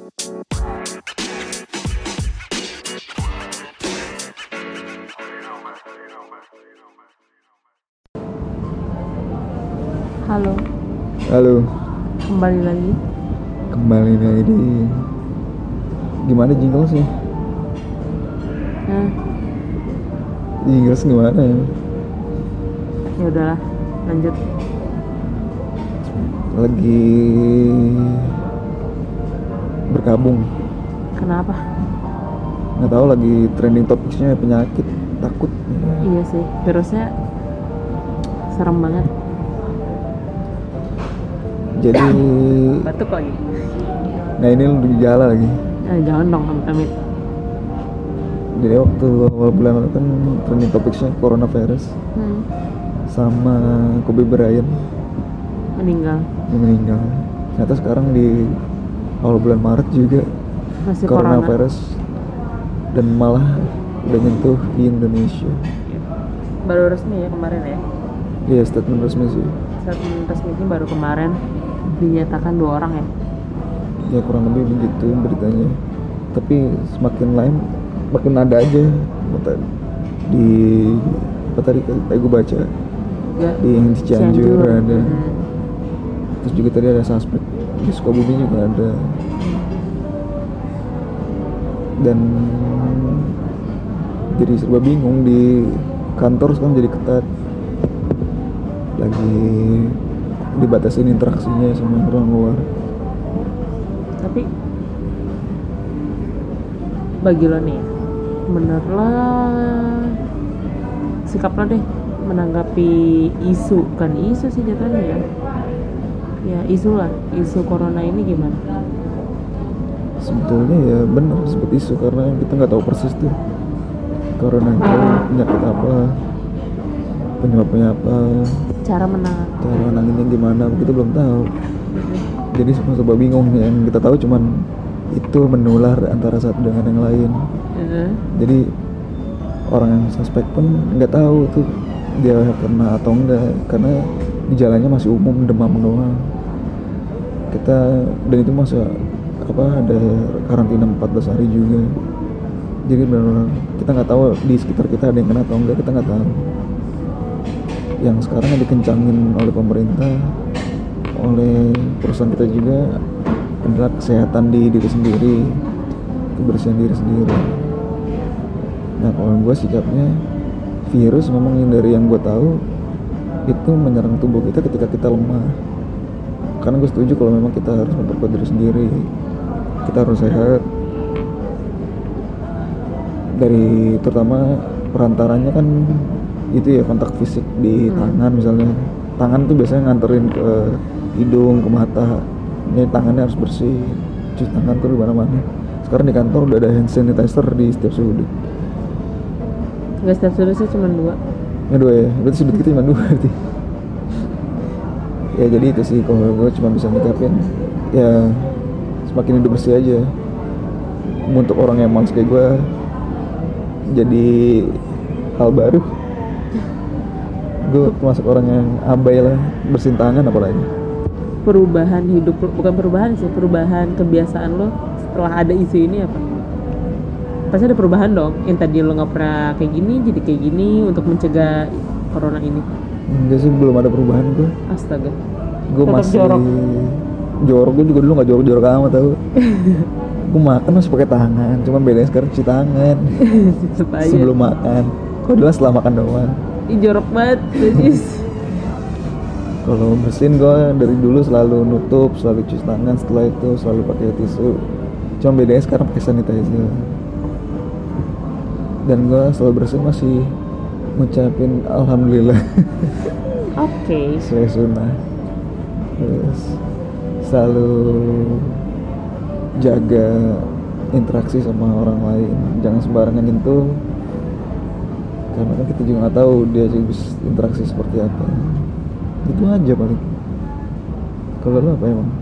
Halo, Halo, kembali lagi. kembali lagi di gimana jingle sih? Nah, Jingle gimana ya? ya udahlah, lanjut. Lagi berkabung. Kenapa? Nggak tahu lagi trending topicnya penyakit, takut. Iya sih, virusnya serem banget. Jadi, Batuk lagi. nah ini lu gejala lagi. Jangan dong, amit-amit. Jadi waktu awal bulan lalu kan trending topicnya coronavirus sama Kobe Bryant Meninggal. yang meninggal. Ternyata sekarang di awal bulan Maret juga Masih corona. coronavirus dan malah udah nyentuh di Indonesia. Baru resmi ya kemarin ya. Iya, statement resmi sih. Statement resminya baru kemarin dinyatakan 2 orang ya. Ya kurang lebih begitu beritanya. Tapi semakin lain makin ada aja. Di apa tadi gue baca Ya, di Cianjur ada. Hmm. Terus juga tadi ada suspek di Sukabumi juga ada. Dan jadi serba bingung di kantor sekarang jadi ketat. Lagi dibatasin interaksinya sama orang luar. Tapi bagi lo nih, menurut lo sikap lo deh menanggapi isu, kan isu sih jatuhnya ya. Ya isu lah, isu corona ini gimana? Sebetulnya ya benar sebut isu karena kita nggak tahu persis tuh corona itu penyakit apa, penyebabnya apa, Cara nanginnya gimana, kita belum tahu. Jadi semua serba bingung. Yang kita tahu cuman itu menular antara satu dengan yang lain. Jadi orang yang suspek pun nggak tahu tuh dia kena atau enggak karena gejalanya masih umum, demam doang. Dan itu masa ada karantina 14 hari juga. Jadi benar-benar kita nggak tahu di sekitar kita ada yang kena atau enggak, kita nggak tahu. Yang sekarang yang dikencangin oleh pemerintah, oleh perusahaan kita juga adalah kesehatan di diri sendiri, kebersihan diri sendiri. Nah kalau gue sikapnya, virus memang yang dari yang gue tahu itu menyerang tubuh kita ketika kita lemah. Karena gue setuju kalau memang kita harus memperkuat diri sendiri, kita harus sehat. Dari terutama perantaranya kan itu ya kontak fisik di tangan misalnya. Tangan tuh biasanya nganterin ke hidung, ke mata. Ini tangannya harus bersih, cuci tangan tuh di mana-mana. Sekarang di kantor udah ada hand sanitizer di setiap sudut. Gak setiap sudut sih cuma 2. Ya 2 ya, berarti sudut kita cuma 2 berarti. Ya jadi itu sih kalau gue cuma bisa nyikapin ya semakin hidup bersih aja. Untuk orang yang malas kayak gue jadi hal baru. Gue termasuk orang yang abai lah, bersihin tangan apalagi. Perubahan hidup, bukan perubahan sih, perubahan kebiasaan lo setelah ada isu ini apa? Pasti ada perubahan dong. Yang tadi lo nggak pernah kayak gini jadi kayak gini untuk mencegah corona ini. Enggak sih, belum ada perubahan gue. Astaga. Gue Tetap masih jorok. jorok. Gue juga dulu nggak jorok amat tau. Gue makan masih pakai tangan, cuma bedanya sekarang cuci tangan. Sebelum makan. Kok adalah setelah makan doang. Ih jorok banget, Jis. Kalau bersihin gue dari dulu selalu nutup, selalu cuci tangan, setelah itu selalu pakai tisu. Cuma bedanya sekarang pakai sanitizer. Dan gue selalu bersihin masih ngucapin alhamdulillah. Oke. Sesuai sunnah. Terus selalu jaga interaksi sama orang lain, jangan sembarangan nyentuh. Karena kan kita juga nggak tahu dia interaksi seperti apa. Itu aja paling. Kalau lo apa emang?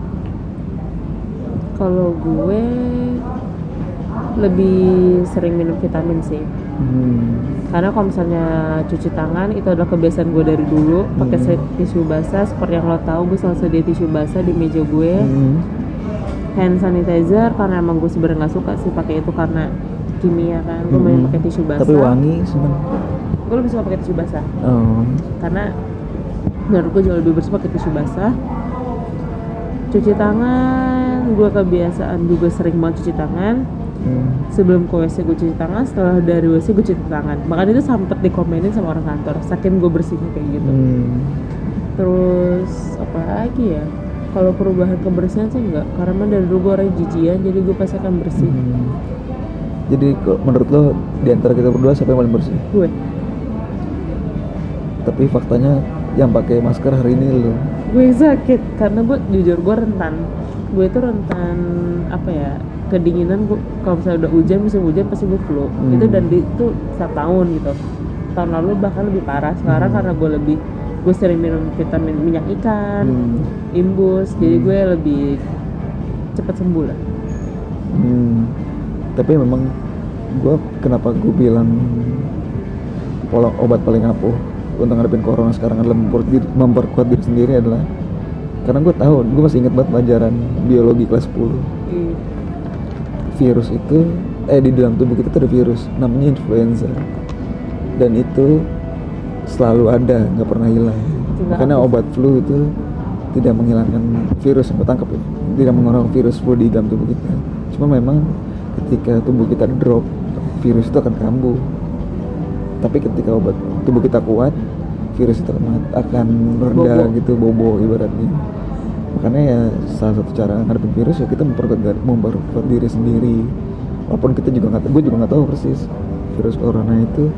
Kalau gue lebih sering minum vitamin sih. Karena kalau misalnya cuci tangan itu adalah kebiasaan gue dari dulu. Pakai tisu basah, seperti yang lo tahu gue selalu sedia tisu basah di meja gue. hand sanitizer karena emang gue sebenarnya nggak suka sih pakai itu karena kimia kan. Gue main pakai tisu basah. Tapi wangi seneng. Gue lebih suka pakai tisu basah. Oh. Karena menurut gue jauh lebih bersih pakai tisu basah. Cuci tangan, gue kebiasaan juga sering banget cuci tangan. Sebelum ke WC gue cuci tangan, setelah dari WC gue cuci tangan. Bahkan itu sempet dikomenin sama orang kantor, saking gue bersihnya kayak gitu. Terus apa lagi ya? Kalau perubahan kebersihan sih enggak, karena dari dulu gue orang jijian, jadi gue pasti akan bersih. Jadi menurut lo di antara kita berdua siapa yang paling bersih? Gue. Tapi faktanya yang pakai masker hari ini lo. Gue sakit karena gue jujur gue rentan. Gue itu rentan apa ya? Kedinginan. Gue kalau misalnya udah hujan, musim hujan pasti gue flu. Itu dan itu setiap tahun gitu. Tahun lalu bahkan lebih parah. Sekarang karena gue sering minum vitamin minyak ikan, imbus, jadi gue lebih cepat sembuh lah. Tapi memang kenapa gue bilang obat paling ampuh untuk ngadepin corona sekarang adalah memperkuat diri sendiri adalah karena gue tahu, gue masih ingat banget pelajaran biologi kelas 10. Virus itu di dalam tubuh kita tuh ada virus namanya influenza, dan itu selalu ada, nggak pernah hilang. Makanya obat flu itu tidak menghilangkan virus, yang ketangkep ya, tidak mengurangkan virus flu di dalam tubuh kita. Cuma memang ketika tubuh kita drop, virus itu akan kambuh. Tapi ketika obat tubuh kita kuat, virus itu akan reda gitu, bobo ibaratnya. Makanya ya salah satu cara ngadepin virus ya kita memperkuat diri sendiri. Walaupun kita juga gue juga nggak tahu persis virus corona itu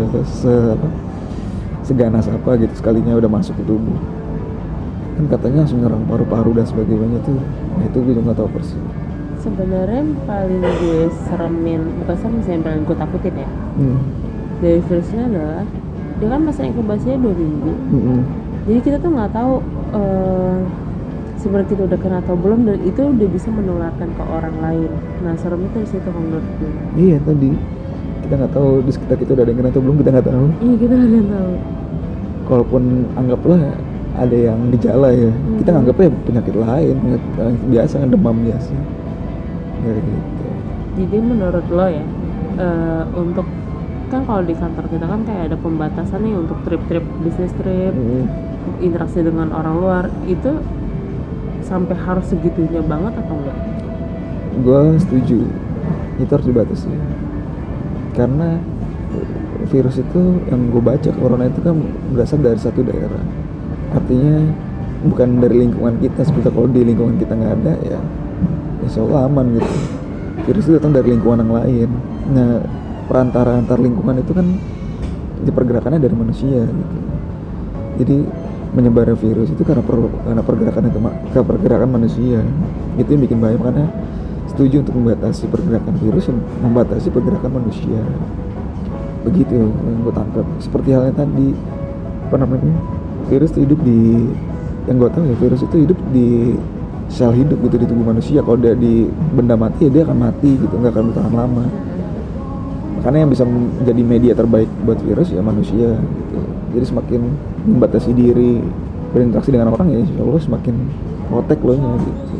seganas apa gitu sekalinya udah masuk ke tubuh. Kan katanya langsung nyerang paru-paru dan sebagainya tuh. Nah itu gue juga nggak tahu persis. Sebenarnya yang paling gue seremin, bukan serem sih, yang paling gue takutin ya dari virusnya adalah dia kan masa inkubasinya 2 minggu. Jadi kita tuh nggak tahu sebenarnya kita udah kena atau belum, dan itu udah bisa menularkan ke orang lain. Nah serem itu di situ menurut gue. Iya tadi kita nggak tahu di sekitar kita udah ada yang kena atau belum, kita nggak tahu. Iya kita nggak ada yang tahu. Kalaupun anggaplah ada yang gejala ya, kita nganggapnya penyakit lain, biasa kan, demam biasa. Kayak gitu. Jadi menurut lo ya, untuk kan kalau di kantor kita kan kayak ada pembatasan nih untuk trip-trip, bisnis trip, interaksi dengan orang luar, itu sampai harus segitunya banget atau enggak? Gue setuju, itu harus dibatasi. Karena virus itu yang gue baca, corona itu kan berasal dari satu daerah. Artinya bukan dari lingkungan kita, seperti kalau di lingkungan kita nggak ada ya insya aman gitu. Virus itu datang dari lingkungan yang lain. Nah perantara antar lingkungan itu kan pergerakannya dari manusia gitu. Jadi menyebarnya virus itu karena pergerakan manusia. Itu yang bikin bahaya. Makanya setuju untuk membatasi pergerakan virus, membatasi pergerakan manusia. Begitu yang gue tangkap. Seperti halnya tadi virus itu hidup di, yang gue tahu ya, virus itu hidup di sel hidup gitu di tubuh manusia. Kalau dia di benda mati ya dia akan mati gitu, nggak akan bertahan lama. Makanya yang bisa menjadi media terbaik buat virus ya manusia gitu. Jadi semakin membatasi diri berinteraksi dengan orang ya insya Allah semakin protect lo nya gitu.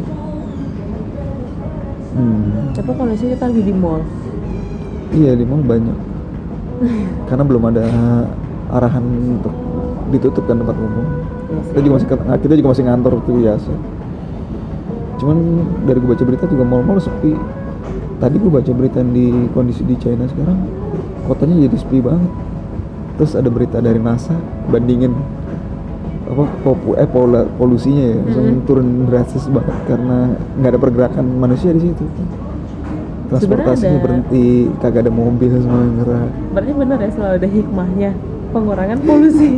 Tapi kondisi kita lagi di mall. Iya di mall banyak. Karena belum ada arahan untuk ditutup kan tempat umum. Yes, kita juga masih ngantor itu biasa. Cuman dari gue baca berita juga mall-mall sepi. Tadi gue baca berita di kondisi di China sekarang kotanya jadi sepi banget. Terus ada berita dari NASA bandingin polusinya ya, langsung turun drastis banget karena nggak ada pergerakan manusia di situ. Transportasinya berhenti, kagak ada mobil semua yang gerak. Berarti benar ya selalu ada hikmahnya pengurangan polusi.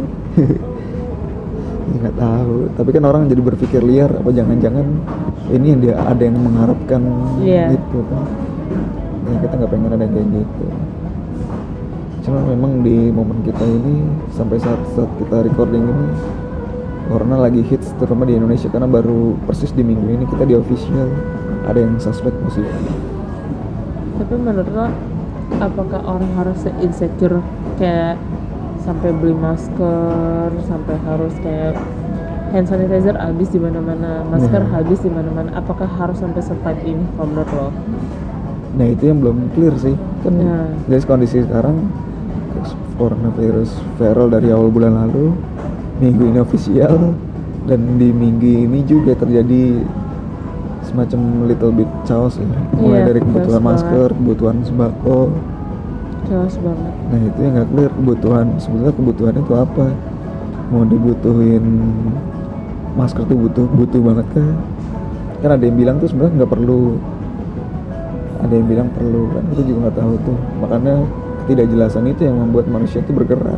Nggak tahu, tapi kan orang jadi berpikir liar, apa jangan-jangan ini yang dia ada yang mengharapkan gitu kan. Ya kita nggak pengen ada kayak gitu. Cuma memang di momen kita ini sampai saat kita recording ini corona lagi hits terutama di Indonesia, karena baru persis di minggu ini kita di official ada yang suspek positif. Tapi menurut lo apakah orang harus insecure kayak sampai beli masker, sampai harus kayak hand sanitizer habis di mana-mana, masker Iya. habis di mana-mana. Apakah harus sampai sefight ini kalau menurut lo? Nah itu yang belum clear sih kan. Nah. Dari kondisi sekarang coronavirus viral dari awal bulan lalu, minggu ini official, dan di minggu ini juga terjadi semacam little bit chaos ya. Mulai Iya, dari kebutuhan chaos masker, kebutuhan sembako. Jelas banget. Nah itu yang nggak clear kebutuhan, sebetulnya kebutuhannya itu apa? Mau dibutuhin masker tuh butuh banget kah? Kan ada yang bilang tuh sebenarnya nggak perlu, ada yang bilang perlu, kan kita juga nggak tahu tuh. Makanya ketidakjelasan itu yang membuat manusia itu bergerak,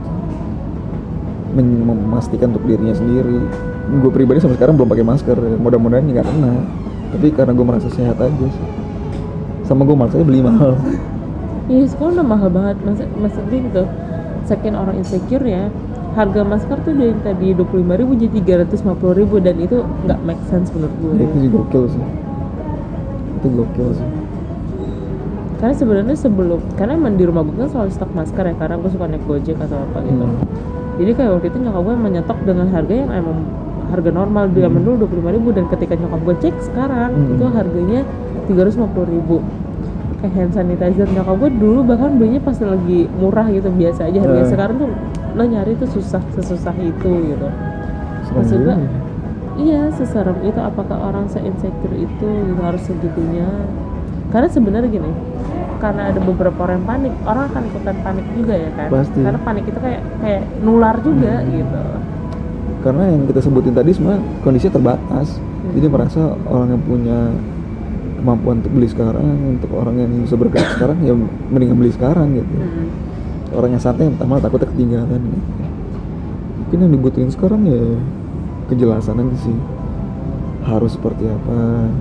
memastikan untuk dirinya sendiri. Gue pribadi sampai sekarang belum pakai masker, mudah-mudahan nggak kena. Tapi karena gue merasa sehat aja sih, sama gue maksudnya beli mahal. Iya, sekarang udah mahal banget. Maksudnya gitu, saking orang insecure ya, harga masker tuh dari tadi 25.000 jadi 350.000, dan itu nggak make sense menurut gue. Itu juga gokil sih, itu gokil sih. Karena sebenarnya karena emang di rumah gue kan selalu stok masker ya, karena gue suka naik Gojek atau apa gitu. Jadi kayak waktu itu nyokap gue emang nyetok dengan harga yang emang harga normal, zaman dulu 25.000, dan ketika nyokap gue cek sekarang itu harganya 350.000. Kayak hand sanitizer nyokap gue dulu bahkan belinya pas lagi murah gitu, biasa aja harganya. Sekarang tuh lo nyari tuh sesusah itu gitu. Maksud gue, iya seserem itu. Apakah orang se-insecure itu gitu, harus segitunya? Karena sebenarnya gini, karena ada beberapa orang yang panik, orang akan ikutan panik juga ya kan. Pasti. Karena panik itu kayak nular juga gitu. Karena yang kita sebutin tadi semua kondisinya terbatas. Jadi merasa orang yang punya kemampuan untuk beli sekarang, untuk orang yang bisa bergerak sekarang, ya mendingan beli sekarang gitu. Orang yang santai malah takutnya ketinggalan gitu. Mungkin yang dibutuhin sekarang ya kejelasan aja sih, harus seperti apa,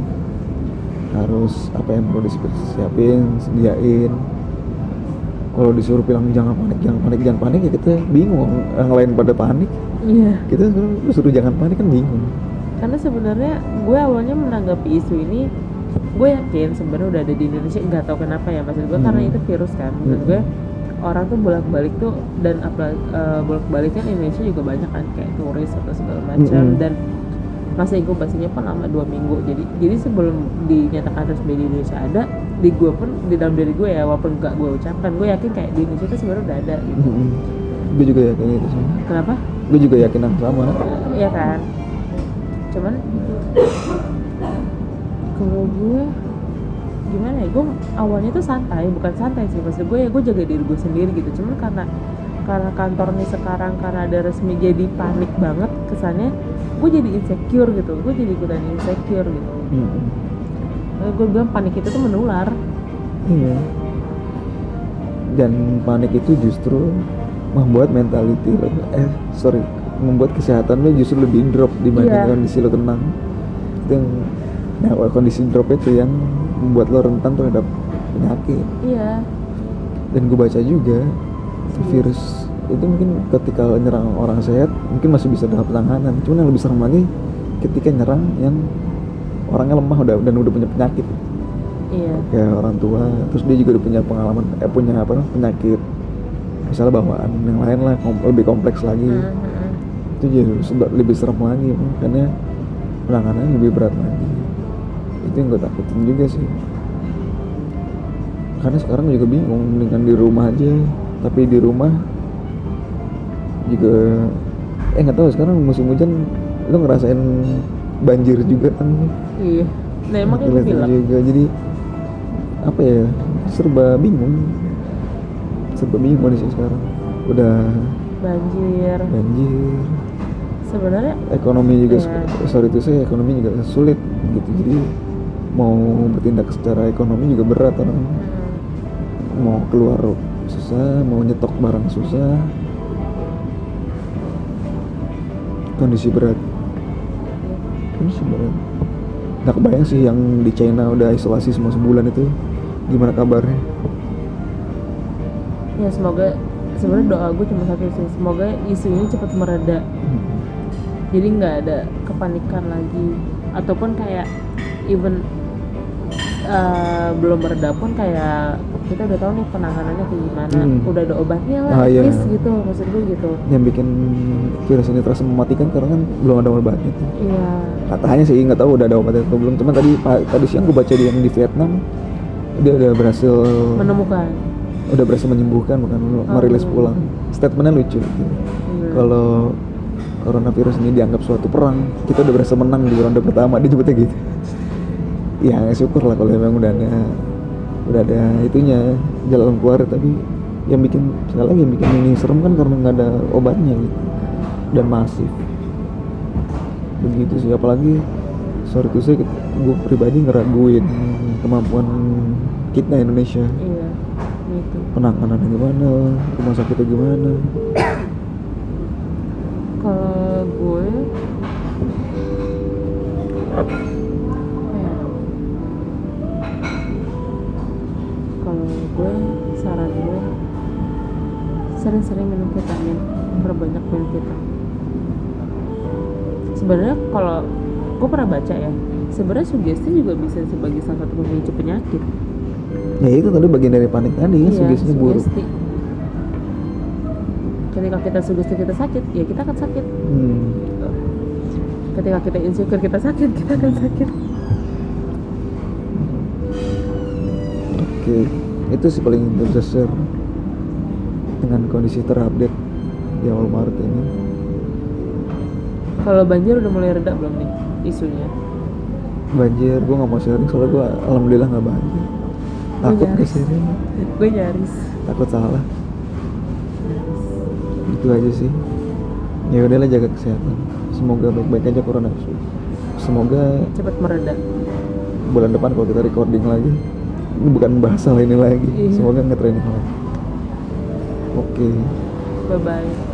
harus apa yang perlu disiapin, sediain. Kalau disuruh bilang jangan panik ya kita bingung. Yang lain pada panik, kita disuruh jangan panik kan bingung. Karena sebenarnya gue awalnya menanggapi isu ini, gue yakin sebenarnya udah ada di Indonesia, nggak tahu kenapa ya maksud gue, karena itu virus kan. Menurut gue orang tuh bolak-balik tuh, dan bolak-balik kan Indonesia juga banyak kan kayak turis atau segala macam, dan masa inkubasinya pun lama 2 minggu. Jadi sebelum dinyatakan resmi di Indonesia ada, di gue pun, di dalam diri gue ya, walaupun gak gue ucapkan, gue yakin kayak di Indonesia itu sebenarnya udah ada gitu. Gue juga yakin itu sih. Kenapa? Gue juga yakin yang sama. Iya kan. Cuman kalau gue gimana ya, gue awalnya tuh bukan santai sih, maksud gue ya gue jaga diri gue sendiri gitu. Cuman karena kantor nih sekarang, karena ada resmi, jadi panik banget kesannya. Gue jadi insecure gitu, gue jadi ikutan insecure gitu. Gue bilang panik itu tuh menular. Iya. Dan panik itu justru membuat membuat kesehatan lo justru lebih drop dibanding kondisi lo tenang. Itu yang kondisi drop itu yang membuat lo rentan terhadap penyakit. Iya. Dan gue baca juga virus itu mungkin ketika nyerang orang sehat mungkin masih bisa dalam penanganan, cuman yang lebih serem lagi ketika nyerang yang orangnya lemah dan udah punya penyakit. Iya. Kayak orang tua, terus dia juga udah punya pengalaman penyakit misalnya bawaan yang lain lah, lebih kompleks lagi. Itu jadi lebih serem lagi, karena penanganannya lebih berat lagi. Itu yang gue takutin juga sih, karena sekarang juga bingung dengan di rumah aja. Tapi di rumah juga nggak tahu, sekarang musim hujan lo ngerasain banjir juga kan. Iya. Nah emang kayak gue bilang juga, jadi apa ya, serba bingung kondisi sekarang. Udah banjir. Sebenarnya ekonomi juga ekonomi juga sulit gitu. Jadi mau bertindak secara ekonomi juga berat orang. Mau keluar susah, mau nyetok barang susah. Kondisi berat. Nggak kebayang sih yang di China udah isolasi semua sebulan itu gimana kabarnya. Ya semoga, sebenarnya doa gue cuma satu sih, semoga isu ini cepat mereda. Jadi nggak ada kepanikan lagi, ataupun kayak even belum mereda pun kayak kita udah tahu nih penanganannya kayak gimana, udah ada obatnya lah, Ah, iya. please gitu, maksud gue gitu. Yang bikin virus ini terasa mematikan karena kan belum ada obatnya tuh. Iya. Katanya sih nggak tahu udah ada obatnya atau belum. Cuman tadi siang gue baca yang di Vietnam dia udah berhasil menyembuhkan, bukan merilis pulang. Statementnya lucu. Kalau coronavirus ini dianggap suatu perang, kita udah berhasil menang di ronde pertama, dia sebutnya gitu. Ya syukur lah kalau memang udah ada itunya jalan keluar. Tapi yang bikin sekali lagi yang bikin ini serem kan karena nggak ada obatnya gitu dan masif begitu sih. Apalagi sorry tuh saya, gue pribadi ngeraguin kemampuan kita Indonesia. Iya, gitu. Penanganannya gimana, rumah sakitnya gimana. Kalau gue saran gue sering-sering minum vitamin, perbanyak minum vitamin. Sebenarnya kalau gue pernah baca ya, sebenarnya sugesti juga bisa sebagai salah satu pemicu penyakit. Ya itu tadi bagian dari panik tadi, iya, sugestinya buruk. Ketika kita sugesti kita sakit, ya kita akan sakit. Ketika kita insecure kita sakit, kita akan sakit. Oke, itu sih paling bisa share dengan kondisi terupdate di awal Maret ini. Kalau banjir udah mulai reda belum nih isunya? Banjir, gue nggak mau sharing soalnya gue alhamdulillah nggak banjir. Takut ke sharing. Gue nyaris. Takut salah. Itu aja sih. Ya udahlah, jaga kesehatan. Semoga baik-baik aja corona. Semoga cepat mereda. Bulan depan kalau kita recording lagi, ini bukan bahas hal ini lagi. Semoga nggak training lagi. Oke. Bye bye.